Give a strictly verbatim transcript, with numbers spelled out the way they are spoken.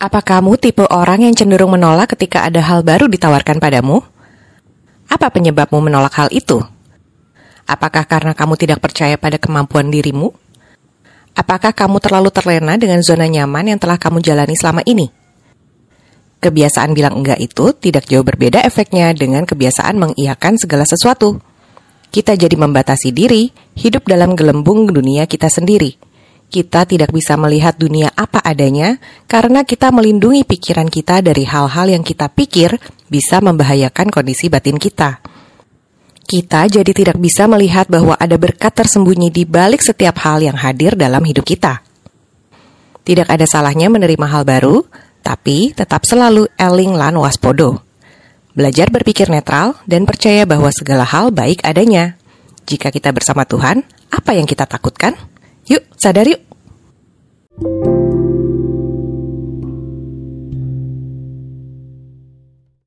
Apa kamu tipe orang yang cenderung menolak ketika ada hal baru ditawarkan padamu? Apa penyebabmu menolak hal itu? Apakah karena kamu tidak percaya pada kemampuan dirimu? Apakah kamu terlalu terlena dengan zona nyaman yang telah kamu jalani selama ini? Kebiasaan bilang enggak itu tidak jauh berbeda efeknya dengan kebiasaan mengiyakan segala sesuatu. Kita jadi membatasi diri, hidup dalam gelembung dunia kita sendiri. Kita tidak bisa melihat dunia apa adanya karena kita melindungi pikiran kita dari hal-hal yang kita pikir bisa membahayakan kondisi batin kita. Kita jadi tidak bisa melihat bahwa ada berkat tersembunyi di balik setiap hal yang hadir dalam hidup kita. Tidak ada salahnya menerima hal baru, tapi tetap selalu eling lan waspodo. Belajar berpikir netral dan percaya bahwa segala hal baik adanya. Jika kita bersama Tuhan, apa yang kita takutkan? Yuk, sadar yuk!